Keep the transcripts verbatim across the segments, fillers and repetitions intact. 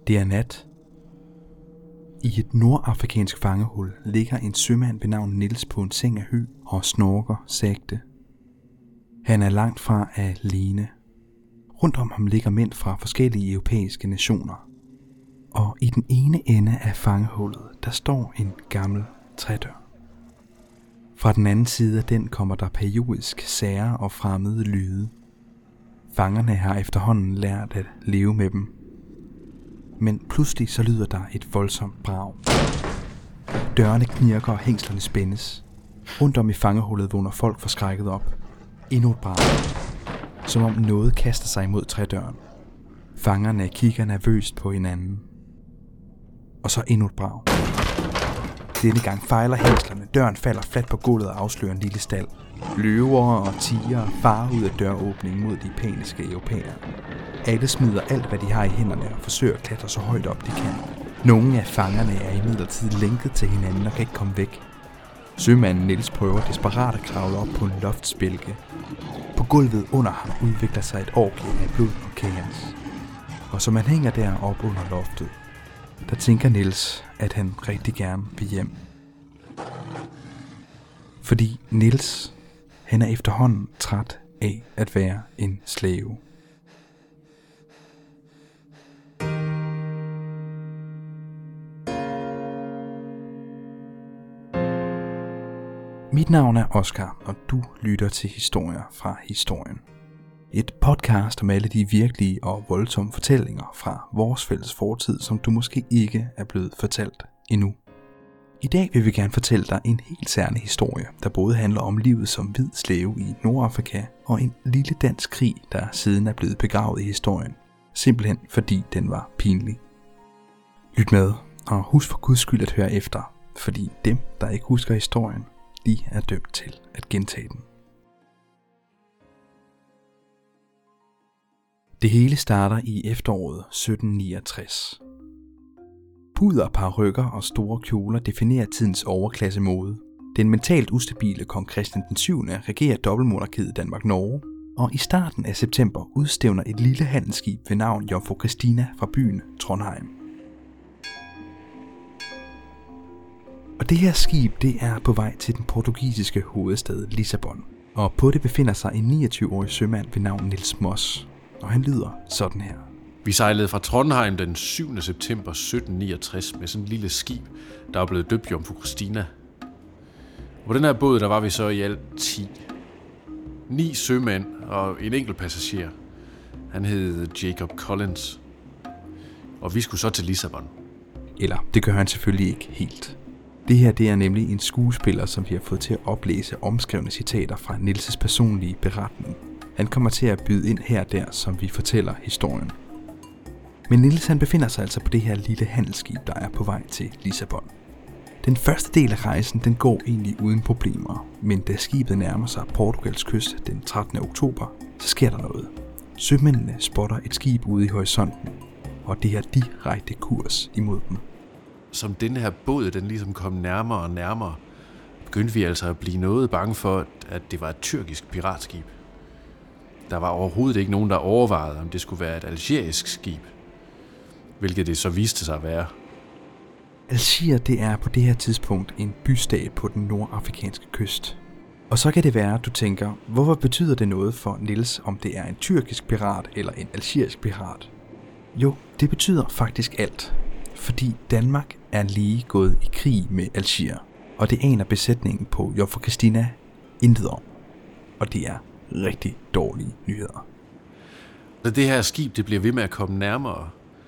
Det er nat. I et nordafrikansk fangehul ligger en sømand ved navn Niels på en seng af hø og snorker sagte. Han er langt fra alene. Rundt om ham ligger mænd fra forskellige europæiske nationer. Og i den ene ende af fangehullet, der står en gammel trædør. Fra den anden side af den kommer der periodisk sære og fremmede lyde. Fangerne har efterhånden lært at leve med dem. Men pludselig så lyder der et voldsomt brag. Dørene knirker og hængslerne spændes. Rundt om i fangehullet vågner folk forskrækket op. Endnu et brag. Som om noget kaster sig imod trædøren. Fangerne kigger nervøst på hinanden. Og så endnu et brag. Denne gang fejler hængslerne. Døren falder fladt på gulvet og afslører en lille stald. Løver og tiger farer ud af døråbningen mod de paniske europæere. Alle smider alt, hvad de har i hænderne og forsøger at klatre så højt op, de kan. Nogle af fangerne er imidlertid lænket til hinanden og kan ikke komme væk. Sømanden Niels prøver desperat at kravle op på en loftsbjælke. På gulvet under ham udvikler sig et orgie af blod og kaos. Og som han hænger der op under loftet, der tænker Niels, at han rigtig gerne vil hjem. Fordi Niels, han er efterhånden træt af at være en slave. Mit navn er Oscar, og du lytter til Historier fra Historien. Et podcast om alle de virkelige og voldsomme fortællinger fra vores fælles fortid, som du måske ikke er blevet fortalt endnu. I dag vil vi gerne fortælle dig en helt særlig historie, der både handler om livet som hvid slave i Nordafrika og en lille dansk krig, der siden er blevet begravet i historien. Simpelthen fordi den var pinlig. Lyt med, og husk for guds skyld at høre efter, fordi dem, der ikke husker historien, de er dømt til at gentage den. Det hele starter i efteråret sytten niogtres. Puder, parykker og store kjoler definerer tidens overklassemode. Den mentalt ustabile kong Christian den syvende regerer dobbeltmonarkiet Danmark-Norge, og i starten af september udstævner et lille handelsskib ved navn Jomfru Christina fra byen Trondheim. Og det her skib, det er på vej til den portugisiske hovedstad Lissabon. Og på det befinder sig en niogtyve-årig sømand ved navn Niels Moss. Og han lyder sådan her. Vi sejlede fra Trondheim den syvende september sytten niogtres med sådan et lille skib, der er blevet døbt Jomfru Christina. Og på den her båd, der var vi så i alt ti. Ni sømænd og en enkelt passager. Han hed Jacob Collins. Og vi skulle så til Lissabon. Eller, det gør han selvfølgelig ikke helt. Det her, det er nemlig en skuespiller, som vi har fået til at oplæse omskrevne citater fra Niels' personlige beretning. Han kommer til at byde ind her og der, som vi fortæller historien. Men Niels han befinder sig altså på det her lille handelsskib, der er på vej til Lissabon. Den første del af rejsen, den går egentlig uden problemer, men da skibet nærmer sig Portugals kyst den trettende oktober, så sker der noget. Sømændene spotter et skib ude i horisonten, og det her direkte kurs imod dem. Som den her båd, den ligesom kom nærmere og nærmere, begyndte vi altså at blive noget bange for, at det var et tyrkisk piratskib. Der var overhovedet ikke nogen, der overvejede, om det skulle være et algerisk skib, hvilket det så viste sig at være. Algier, det er på det her tidspunkt en bystat på den nordafrikanske kyst. Og så kan det være, at du tænker, hvorfor betyder det noget for Niels, om det er en tyrkisk pirat eller en algerisk pirat? Jo, det betyder faktisk alt. Fordi Danmark er lige gået i krig med Algier, og det aner besætningen på Jomfru Christina intet om. Og det er rigtig dårlige nyheder. Da det her skib det bliver ved med at komme nærmere,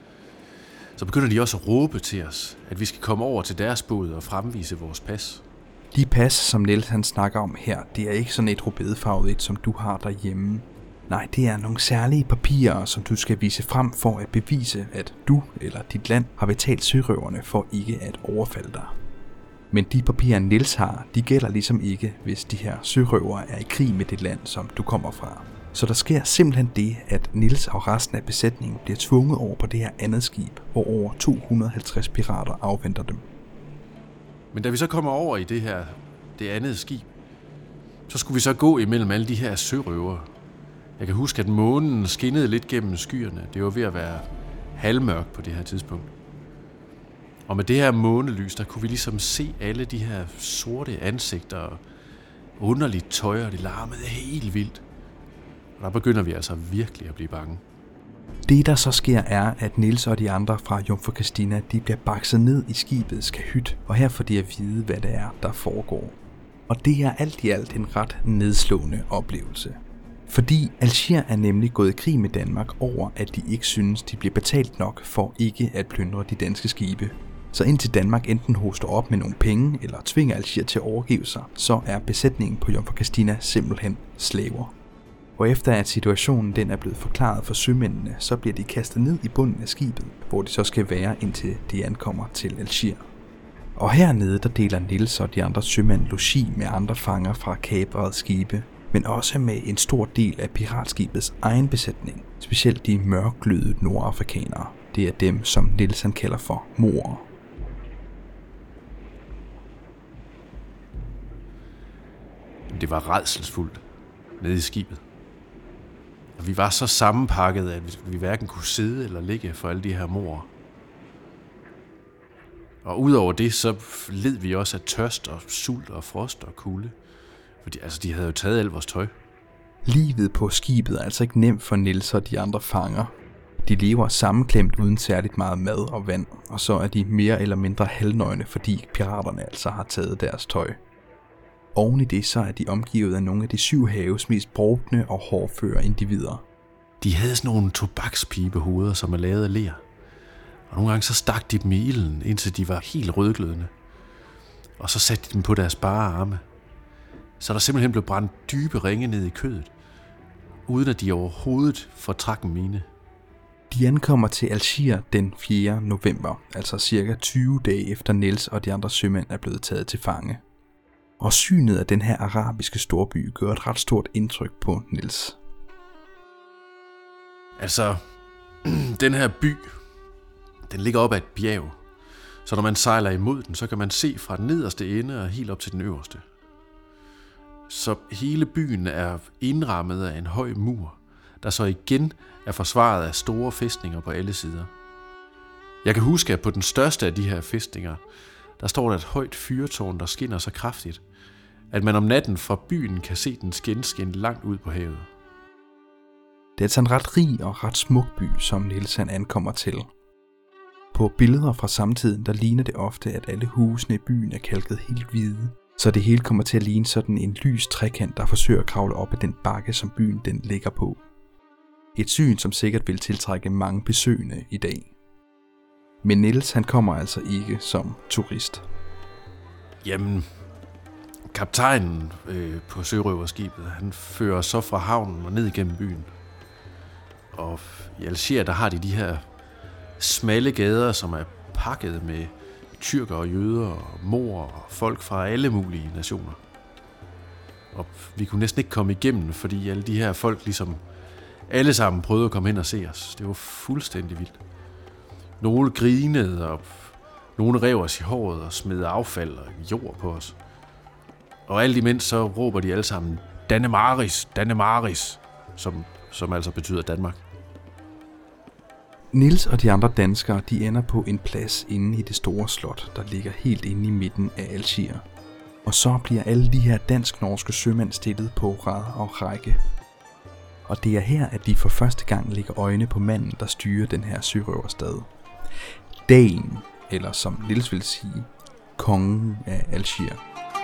så begynder de også at råbe til os, at vi skal komme over til deres båd og fremvise vores pas. De pas, som Niels han snakker om her, det er ikke sådan et rødbedefarvet et, som du har derhjemme. Nej, det er nogle særlige papirer, som du skal vise frem for at bevise, at du eller dit land har betalt sørøverne for ikke at overfalde dig. Men de papirer Niels har, de gælder ligesom ikke, hvis de her sørøvere er i krig med det land, som du kommer fra. Så der sker simpelthen det, at Niels og resten af besætningen bliver tvunget over på det her andet skib, hvor over to hundrede og halvtreds pirater afventer dem. Men da vi så kommer over i det her, det andet skib, så skulle vi så gå imellem alle de her sørøvere. Jeg kan huske, at månen skinnede lidt gennem skyerne. Det var ved at være halvmørkt på det her tidspunkt. Og med det her månelys, der kunne vi ligesom se alle de her sorte ansigter og underligt tøj, og det larmede helt vildt. Og der begynder vi altså virkelig at blive bange. Det, der så sker, er, at Niels og de andre fra Jomfru Christina, de bliver bakset ned i skibets kahyt, og her får de at vide, hvad det er, der foregår. Og det er alt i alt en ret nedslående oplevelse. Fordi Algier er nemlig gået i krig med Danmark over, at de ikke synes, de bliver betalt nok for ikke at plyndre de danske skibe. Så indtil Danmark enten hoster op med nogle penge, eller tvinger Algier til at overgive sig, så er besætningen på Jomfru Christina simpelthen slaver. Og efter at situationen den er blevet forklaret for sømændene, så bliver de kastet ned i bunden af skibet, hvor de så skal være indtil de ankommer til Algier. Og hernede der deler Niels og de andre sømænd logi med andre fanger fra kaprede skibe, men også med en stor del af piratskibets egen besætning, specielt de mørkglødede nordafrikanere. Det er dem, som Niels han kalder for morer. Det var rædselsfuldt nede i skibet. Og vi var så sammenpakket, at vi hverken kunne sidde eller ligge for alle de her morer. Og udover det, så led vi også af tørst og sult og frost og kulde. Fordi altså, de havde jo taget alt vores tøj. Livet på skibet er altså ikke nemt for Niels og de andre fanger. De lever sammenklemt uden særligt meget mad og vand, og så er de mere eller mindre halvnøgne, fordi piraterne altså har taget deres tøj. Oven i det så er de omgivet af nogle af de syv haves mest brugne og hårdføre individer. De havde sådan nogle tobakspibehoveder, som er lavet af ler. Og nogle gange så stak de dem i ilden, indtil de var helt rødglødende. Og så satte de dem på deres bare arme. Så der simpelthen blev brændt dybe ringe ned i kødet, uden at de overhovedet fortrak en mine. De ankommer til Algier den fjerde november, altså cirka tyve dage efter Niels og de andre sømænd er blevet taget til fange. Og synet af den her arabiske storby gør et ret stort indtryk på Niels. Altså, den her by, den ligger op ad et bjerg. Så når man sejler imod den, så kan man se fra den nederste ende og helt op til den øverste. Så hele byen er indrammet af en høj mur, der så igen er forsvaret af store fæstninger på alle sider. Jeg kan huske, at på den største af de her fæstninger, der står der et højt fyrtårn, der skinner så kraftigt, at man om natten fra byen kan se den skænskin langt ud på havet. Det er altså en ret rig og ret smuk by, som Niels han ankommer til. På billeder fra samtiden, der ligner det ofte, at alle husene i byen er kalket helt hvide, så det hele kommer til at ligne sådan en lys trekant, der forsøger at kravle op ad den bakke, som byen den ligger på. Et syn, som sikkert vil tiltrække mange besøgende i dag. Men Niels han kommer altså ikke som turist. Jamen, kaptajnen øh, på sørøverskibet, han fører så fra havnen og ned igennem byen. Og i Algier, der har de de her smalle gader, som er pakket med tyrker og jøder og mor og folk fra alle mulige nationer. Og vi kunne næsten ikke komme igennem, fordi alle de her folk ligesom alle sammen prøvede at komme hen og se os. Det var fuldstændig vildt. Nogle grinede, og nogle rev os i håret og smed affald og jord på os. Og alt imens så råber de alle sammen Danemaris, Danemaris, som, som altså betyder Danmark. Niels og de andre danskere, de ender på en plads inde i det store slot, der ligger helt inde i midten af Algier. Og så bliver alle de her dansk-norske sømænd stillet på rad og række. Og det er her, at de for første gang lægger øjne på manden, der styrer den her sørøverstad. Dagen, eller som Niels vil sige, kongen af Algier.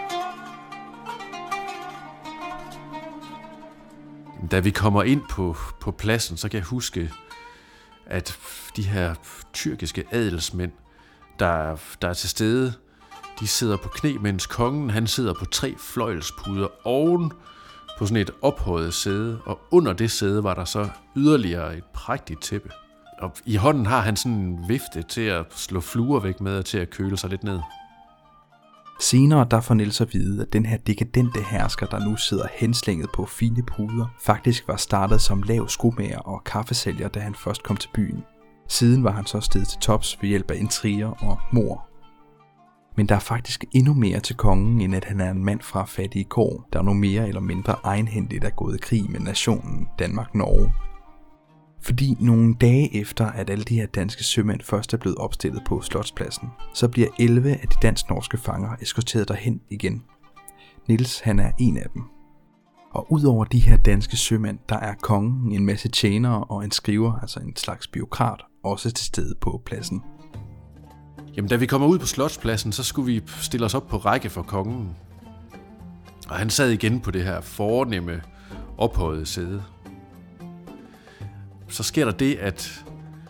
Da vi kommer ind på, på pladsen, så kan jeg huske, at de her tyrkiske adelsmænd, der, der er til stede, de sidder på knæ, mens kongen han sidder på tre fløjelspuder oven på sådan et ophøjet sæde, og under det sæde var der så yderligere et prægtigt tæppe. Og i hånden har han sådan en vifte til at slå fluer væk med og til at køle sig lidt ned. Senere der får Niels at vide, at den her dekadente hersker, der nu sidder henslænget på fine puder, faktisk var startet som lav skomager og kaffesælger, da han først kom til byen. Siden var han så steget til tops ved hjælp af intriger og mord. Men der er faktisk endnu mere til kongen, end at han er en mand fra fattige kår, der nu mere eller mindre egenhændigt er gået i krig med nationen Danmark-Norge. Fordi nogle dage efter, at alle de her danske sømænd først er blevet opstillet på Slotspladsen, så bliver elleve af de dansk-norske fanger eskorteret derhen igen. Niels, han er en af dem. Og udover de her danske sømænd, der er kongen, en masse tjenere og en skriver, altså en slags bureaukrat, også til stede på pladsen. Jamen, da vi kommer ud på Slotspladsen, så skulle vi stille os op på række for kongen. Og han sad igen på det her fornemme, ophøjede sæde. Så sker der det, at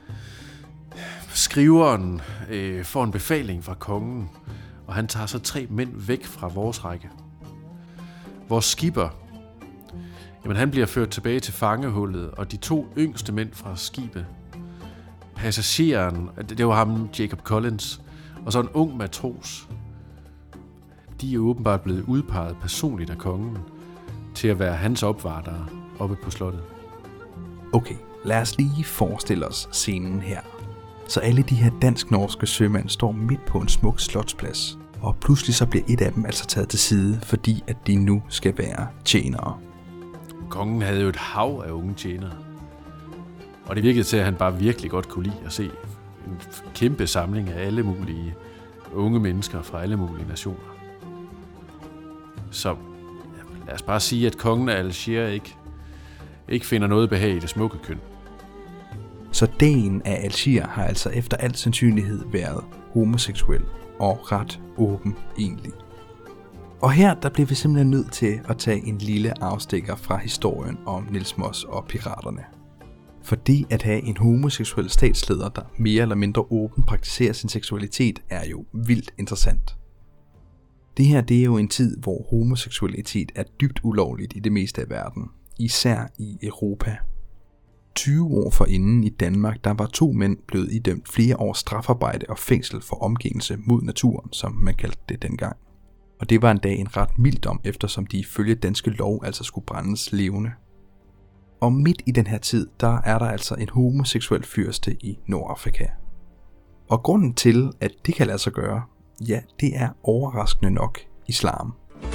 skriveren øh, får en befaling fra kongen, og han tager så tre mænd væk fra vores række. Vores skipper, jamen han bliver ført tilbage til fangehullet, og de to yngste mænd fra skibet, passageren, det var ham, Jacob Collins, og så en ung matros, de er åbenbart blevet udpeget personligt af kongen til at være hans opvartere oppe på slottet. Okay, lad os lige forestille os scenen her. Så alle de her dansk-norske sømænd står midt på en smuk slotsplads, og pludselig så bliver et af dem altså taget til side, fordi at de nu skal være tjenere. Kongen havde jo et hav af unge tjenere, og det virkede til, at han bare virkelig godt kunne lide at se en kæmpe samling af alle mulige unge mennesker fra alle mulige nationer. Så ja, lad os bare sige, at kongen af Algier ikke, ikke finder noget behag i det smukke køn. Så dagen af Algier har altså efter al sandsynlighed været homoseksuel og ret åben egentlig. Og her der bliver vi simpelthen nødt til at tage en lille afstikker fra historien om Niels Moss og piraterne. Fordi at have en homoseksuel statsleder, der mere eller mindre åbent praktiserer sin seksualitet, er jo vildt interessant. Det her det er jo en tid, hvor homoseksualitet er dybt ulovligt i det meste af verden, især i Europa. tyve år forinden i Danmark, der var to mænd blevet idømt flere års strafarbejde og fængsel for omgængelse mod naturen, som man kaldte det dengang. Og det var en dag en ret mild dom, eftersom de ifølge danske lov altså skulle brændes levende. Og midt i den her tid, der er der altså en homoseksuel fyrste i Nordafrika. Og grunden til, at det kan lade sig gøre, ja, det er overraskende nok islam.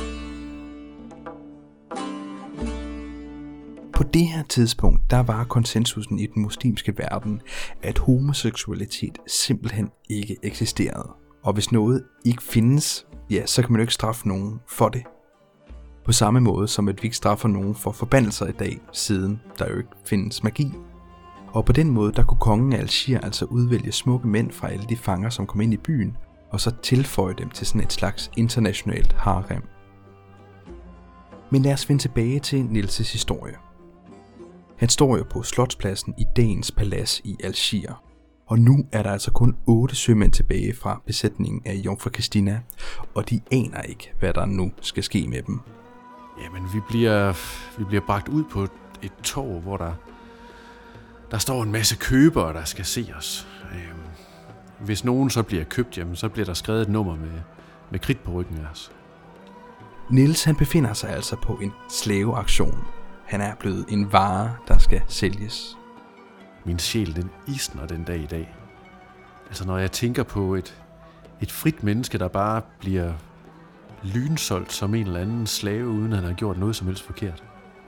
På det her tidspunkt, der var konsensusen i den muslimske verden, at homoseksualitet simpelthen ikke eksisterede. Og hvis noget ikke findes, ja, så kan man jo ikke straffe nogen for det. På samme måde som at vi ikke straffer nogen for forbandelser i dag, siden der jo ikke findes magi. Og på den måde, der kunne kongen af Algier altså udvælge smukke mænd fra alle de fanger, som kom ind i byen, og så tilføje dem til sådan et slags internationalt harem. Men lad os vende tilbage til Niels' historie. Han står jo på Slotspladsen i dagens palads i Algier. Og nu er der altså kun otte sømænd tilbage fra besætningen af Jomfru Christina, og de aner ikke, hvad der nu skal ske med dem. Jamen, vi bliver, vi bliver bragt ud på et torv, hvor der, der står en masse købere, der skal se os. Hvis nogen så bliver købt, jamen, så bliver der skrevet et nummer med, med kridt på ryggen af os. Niels han befinder sig altså på en slaveaktion. Han er blevet en vare, der skal sælges. Min sjæl, den isner den dag i dag. Altså når jeg tænker på et, et frit menneske, der bare bliver lynsolgt som en eller anden slave, uden at han har gjort noget som helst forkert.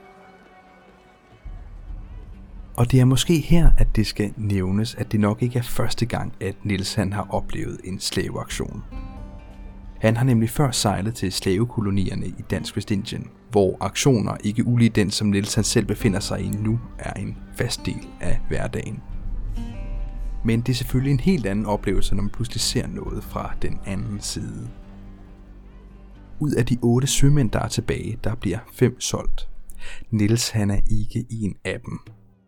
Og det er måske her, at det skal nævnes, at det nok ikke er første gang, at Niels han har oplevet en slaveaktion. Han har nemlig før sejlet til slavekolonierne i Dansk Vestindien, hvor aktioner, ikke ulig den som Niels han selv befinder sig i nu, er en fast del af hverdagen. Men det er selvfølgelig en helt anden oplevelse, når man pludselig ser noget fra den anden side. Ud af de otte sømænd, der er tilbage, der bliver fem solgt. Niels han er ikke en af dem.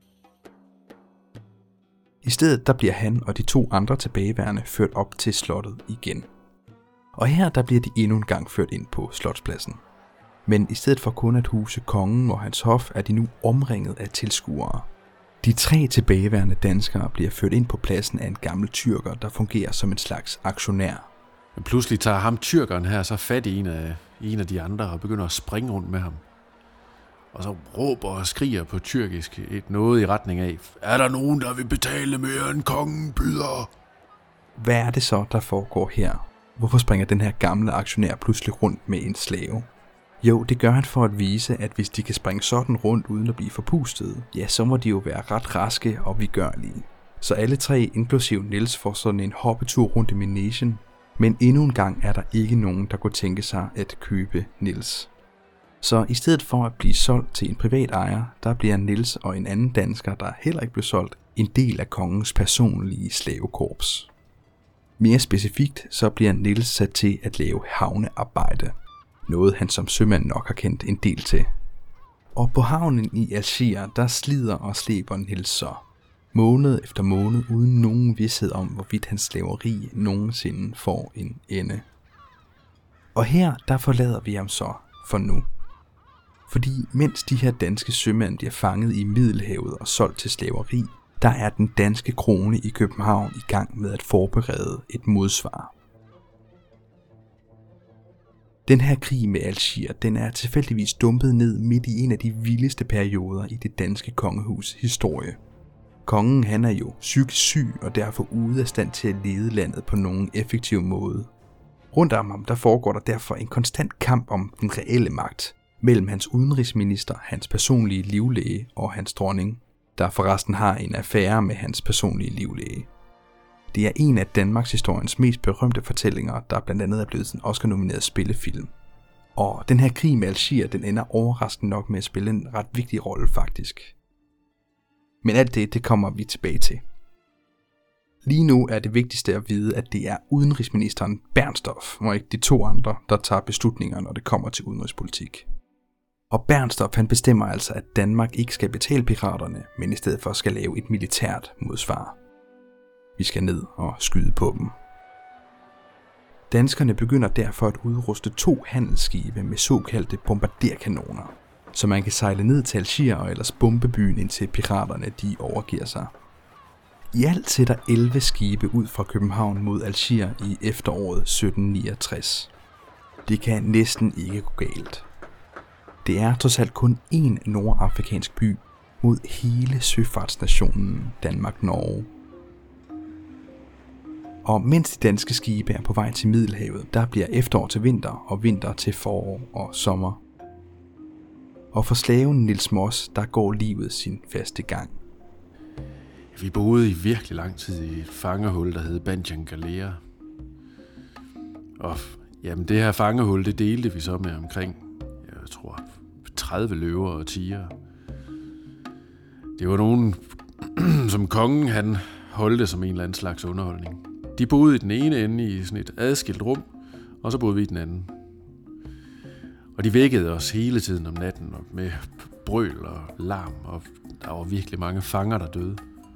I stedet der bliver han og de to andre tilbageværende ført op til slottet igen. Og her der bliver de endnu en gang ført ind på slotspladsen. Men i stedet for kun at huse kongen og hans hof, er de nu omringet af tilskuere. De tre tilbageværende danskere bliver ført ind på pladsen af en gammel tyrker, der fungerer som en slags aktionær. Men pludselig tager ham tyrkeren her så fat i en af, en af de andre og begynder at springe rundt med ham. Og så råber og skriger på tyrkisk et noget i retning af: er der nogen, der vil betale mere end kongen byder? Hvad er det så, der foregår her? Hvorfor springer den her gamle aktionær pludselig rundt med en slave? Jo, det gør han for at vise, at hvis de kan springe sådan rundt uden at blive forpustede, ja, så må de jo være ret raske og vigørlige. Så alle tre, inklusive Niels, får sådan en hoppetur rundt i Managen, men endnu en gang er der ikke nogen, der kunne tænke sig at købe Niels. Så i stedet for at blive solgt til en privat ejer, der bliver Niels og en anden dansker, der heller ikke blev solgt, en del af kongens personlige slavekorps. Mere specifikt så bliver Niels sat til at lave havnearbejde. Noget han som sømand nok har kendt en del til. Og på havnen i Algier, der slider og slæber Niels så. Måned efter måned uden nogen vished om, hvorvidt hans slaveri nogensinde får en ende. Og her, der forlader vi ham så for nu. Fordi mens de her danske sømænd bliver fanget i Middelhavet og solgt til slaveri, der er den danske krone i København i gang med at forberede et modsvar. Den her krig med Algier, den er tilfældigvis dumpet ned midt i en af de vildeste perioder i det danske kongehus historie. Kongen han er jo psykisk syg og derfor ude af stand til at lede landet på nogen effektiv måde. Rundt om ham der foregår der derfor en konstant kamp om den reelle magt mellem hans udenrigsminister, hans personlige livlæge og hans dronning, der forresten har en affære med hans personlige livlæge. Det er en af Danmarks historiens mest berømte fortællinger, der blandt andet er blevet en Oscar-nomineret spillefilm. Og den her krig med Algier, den ender overraskende nok med at spille en ret vigtig rolle faktisk. Men alt det, det kommer vi tilbage til. Lige nu er det vigtigste at vide, at det er udenrigsministeren Bernstorff, og ikke de to andre, der tager beslutninger, når det kommer til udenrigspolitik. Og Bernstorff han bestemmer altså, at Danmark ikke skal betale piraterne, men i stedet for skal lave et militært modsvar. Vi skal ned og skyde på dem. Danskerne begynder derfor at udruste to handelsskibe med såkaldte bombarderkanoner, så man kan sejle ned til Algier og ellers bombe byen, indtil piraterne de overgiver sig. I alt sætter elleve skibe ud fra København mod Algier i efteråret sytten niogtres. Det kan næsten ikke gå galt. Det er trods alt kun én nordafrikansk by mod hele søfartsnationen Danmark-Norge. Og mens de danske skibe er på vej til Middelhavet, der bliver efterår til vinter og vinter til forår og sommer. Og for slaven Niels Moss, der går livet sin faste gang. Vi boede i virkelig lang tid i et fangehul, der hed Banjan Galera. Og jamen, det her fangehul, det delte vi så med omkring, jeg tror, tredive løver og tiger. Det var nogen, som kongen han holdte som en eller anden slags underholdning. De boede i den ene ende i sådan et adskilt rum, og så boede vi i den anden. Og de vækkede os hele tiden om natten med brøl og larm, og der var virkelig mange fanger, der døde.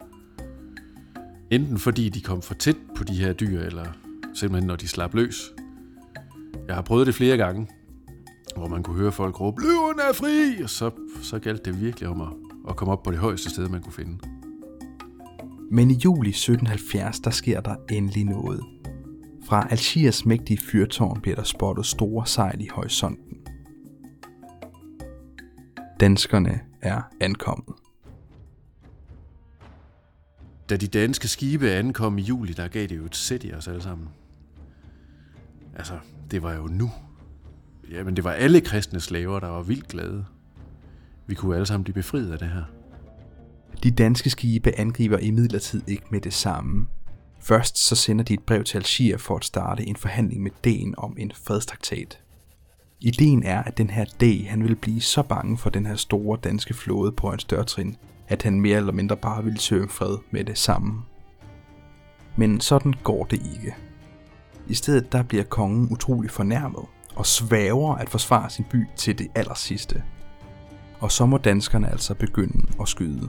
Enten fordi de kom for tæt på de her dyr, eller simpelthen når de slap løs. Jeg har prøvet det flere gange, hvor man kunne høre folk råbe, løverne er fri! Og så, så galt det virkelig om at, at komme op på det højeste sted, man kunne finde. Men i juli sytten halvfjerds, der sker der endelig noget. Fra Algiers mægtige fyrtårn bliver der spottet store sejl i horisonten. Danskerne er ankommet. Da de danske skibe ankom i juli, der gav det jo et sæt i os alle sammen. Altså, det var jo nu. Jamen, det var alle kristne slaver, der var vildt glade. Vi kunne alle sammen blive befriet af det her. De danske skibe angriber imidlertid ikke med det samme. Først så sender de et brev til Algier for at starte en forhandling med Dagen om en fredstraktat. Ideen er, at den her Dag, han ville blive så bange for den her store danske flåde på en størtrin, at han mere eller mindre bare ville søge fred med det samme. Men sådan går det ikke. I stedet der bliver kongen utrolig fornærmet og sværger at forsvare sin by til det allersidste. Og så må danskerne altså begynde at skyde.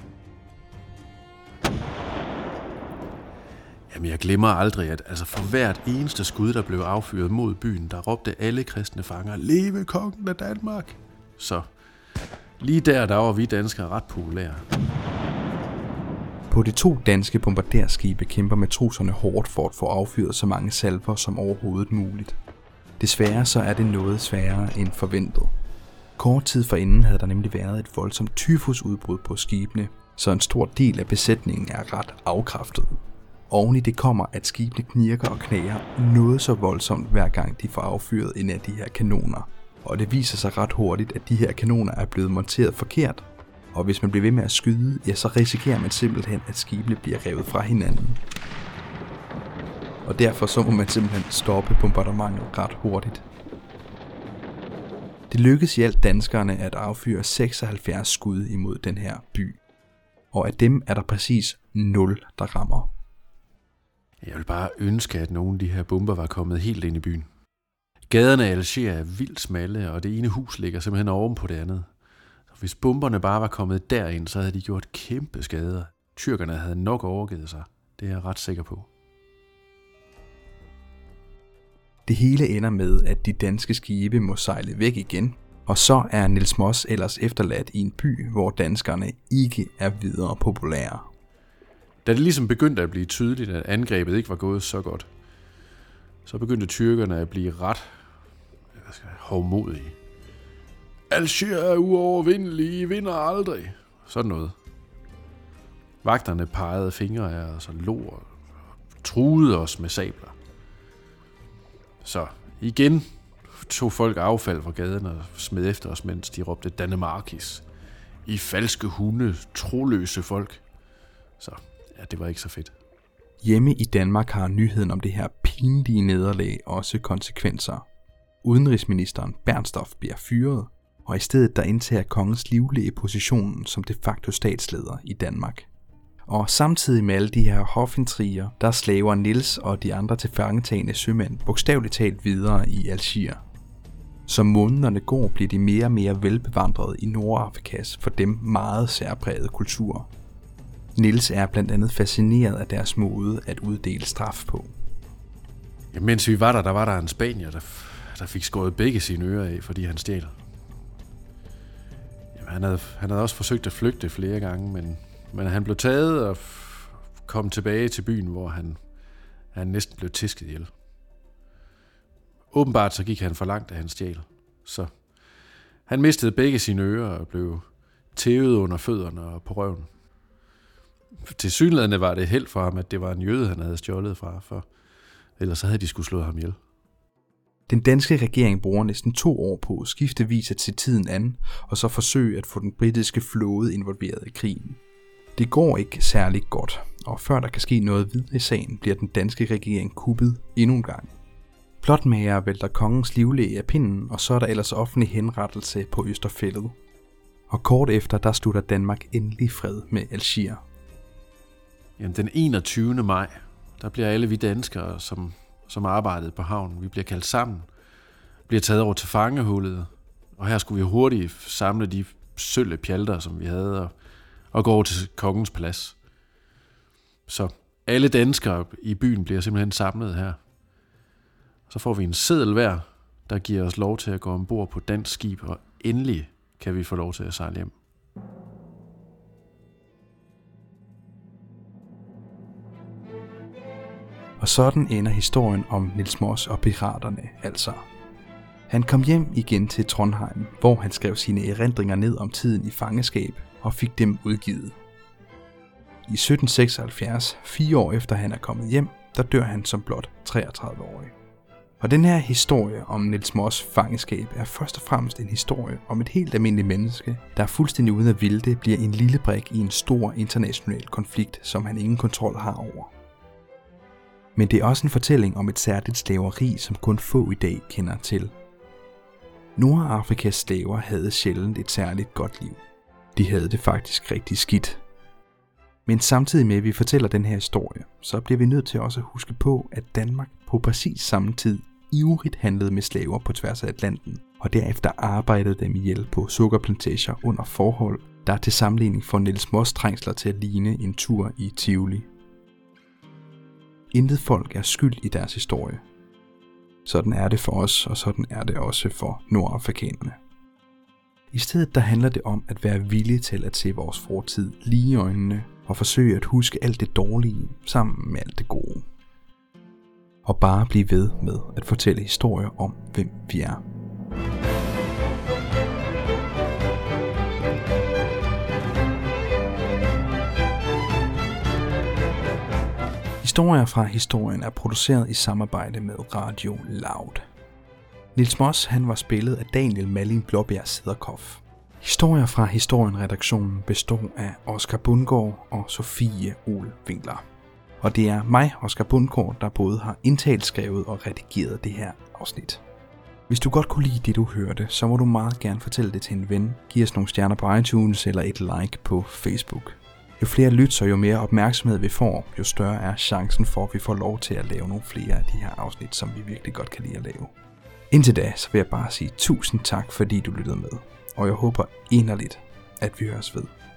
Jamen, jeg glemmer aldrig, at altså for hvert eneste skud, der blev affyret mod byen, der råbte alle kristne fanger, leve kongen af Danmark! Så lige der, der var vi danskere ret populære. På de to danske bombarderskibe kæmper matroserne hårdt for at få affyret så mange salver som overhovedet muligt. Desværre så er det noget sværere end forventet. Kort tid forinden havde der nemlig været et voldsomt tyfusudbrud på skibene, så en stor del af besætningen er ret afkræftet. Oven i det kommer, at skibene knirker og knager noget så voldsomt hver gang de får affyret en af de her kanoner. og det viser sig ret hurtigt, at de her kanoner er blevet monteret forkert, og hvis man bliver ved med at skyde, ja, så risikerer man simpelthen, at skibene bliver revet fra hinanden. Og derfor så må man simpelthen stoppe bombardementet ret hurtigt. Det lykkedes i alt danskerne at affyre seksoghalvfjerds skud imod den her by, og af dem er der præcis nul, der rammer. Jeg vil bare ønske, at nogle af de her bomber var kommet helt ind i byen. Gaderne af Alger er vildt smalle, og det ene hus ligger simpelthen oven på det andet. Så hvis bomberne bare var kommet derind, så havde de gjort kæmpe skader. Tyrkerne havde nok overgivet sig. Det er jeg ret sikker på. Det hele ender med, at de danske skibe må sejle væk igen, og så er Niels Moss ellers efterladt i en by, hvor danskerne ikke er videre populære. Da det ligesom begyndte at blive tydeligt, at angrebet ikke var gået så godt, så begyndte tyrkerne at blive ret hovmodige. Alger er uovervindelige, I vinder aldrig. Sådan noget. Vagterne pegede fingre af os og lå og truede os med sabler. Så igen tog folk affald fra gaden og smed efter os, mens de råbte Danemarkis. I falske hunde, troløse folk. Så ja, det var ikke så fedt. Hjemme i Danmark har nyheden om det her pinlige nederlag også konsekvenser. Udenrigsministeren Bernstorff bliver fyret, og i stedet der indtager kongens livlæge positionen som de facto statsleder i Danmark. Og samtidig med alle de her hofintriger, der slaver Niels og de andre tilfangetagne sømænd bogstaveligt talt videre i Algier. Som månederne går, bliver de mere og mere velbevandrede i Nordafrikas for dem meget særprægede kultur. Niels er blandt andet fascineret af deres måde at uddele straf på. Ja, mens vi var der, der var der en spanier, der, der fik skåret begge sine ører af, fordi han stjal. Jamen, han, havde, han havde også forsøgt at flygte flere gange, men, men han blev taget og kom tilbage til byen, hvor han, han næsten blev tæsket ihjel. Åbenbart så gik han for langt, da han stjal. Så han mistede begge sine ører og blev tævet under fødderne og på røven. Tilsyneladende var det held for ham, at det var en jøde, han havde stjålet fra, for ellers havde de skulle slå ham ihjel. Den danske regering bruger næsten to år på skiftevis at se tiden an, og så forsøge at få den britiske flåde involveret i krigen. Det går ikke særlig godt, og før der kan ske noget videre i sagen, bliver den danske regering kuppet endnu en gang. Plotmager vælter kongens livlæge af pinden, og så er der ellers offentlig henrettelse på Østerfællet. Og kort efter, der slutter Danmark endelig fred med Algier. Jamen, den enogtyvende maj, der bliver alle vi danskere, som, som arbejdede på havnen, vi bliver kaldt sammen, bliver taget over til fangehullet, og her skulle vi hurtigt samle de sølle pjalter, som vi havde, og, og gå over til kongens plads. Så alle danskere i byen bliver simpelthen samlet her. Så får vi en seddel hver, der giver os lov til at gå ombord på dansk skib, og endelig kan vi få lov til at sejle hjem. Og sådan ender historien om Niels Moss og piraterne altså. Han kom hjem igen til Trondheim, hvor han skrev sine erindringer ned om tiden i fangeskab og fik dem udgivet. I sytten seksoghalvfjerds, fire år efter han er kommet hjem, der dør han som blot treogtredive-årig. Og den her historie om Niels Moss fangeskab er først og fremmest en historie om et helt almindeligt menneske, der er fuldstændig uden at ville det, bliver en lille brik i en stor international konflikt, som han ingen kontrol har over. Men det er også en fortælling om et særligt slaveri, som kun få i dag kender til. Nordafrikas slaver havde sjældent et særligt godt liv. De havde det faktisk rigtig skidt. Men samtidig med at vi fortæller den her historie, så bliver vi nødt til også at huske på, at Danmark på præcis samme tid ivrigt handlede med slaver på tværs af Atlanten, og derefter arbejdede dem ihjel på sukkerplantager under forhold, der til sammenligning får Niels Moss trængsler til at ligne en tur i Tivoli. Intet folk er skyld i deres historie. Sådan er det for os, og sådan er det også for nordafrikanerne. I stedet der handler det om at være villige til at se vores fortid lige i øjnene og forsøge at huske alt det dårlige sammen med alt det gode. Og bare blive ved med at fortælle historier om, hvem vi er. Historier fra historien er produceret i samarbejde med Radio Loud. Niels Moss han var spillet af Daniel Malling Blåbjerg Sederkoff. Historier fra Historien-redaktionen består af Oscar Bundgaard og Sofie Ol Winkler. Og det er mig, Oscar Bundgaard, der både har indtalt, skrevet og redigeret det her afsnit. Hvis du godt kunne lide det, du hørte, så må du meget gerne fortælle det til en ven. Giv os nogle stjerner på iTunes eller et like på Facebook. Jo flere lytter og jo mere opmærksomhed vi får, jo større er chancen for, at vi får lov til at lave nogle flere af de her afsnit, som vi virkelig godt kan lide at lave. Indtil da, så vil jeg bare sige tusind tak, fordi du lyttede med. Og jeg håber inderligt, at vi høres ved.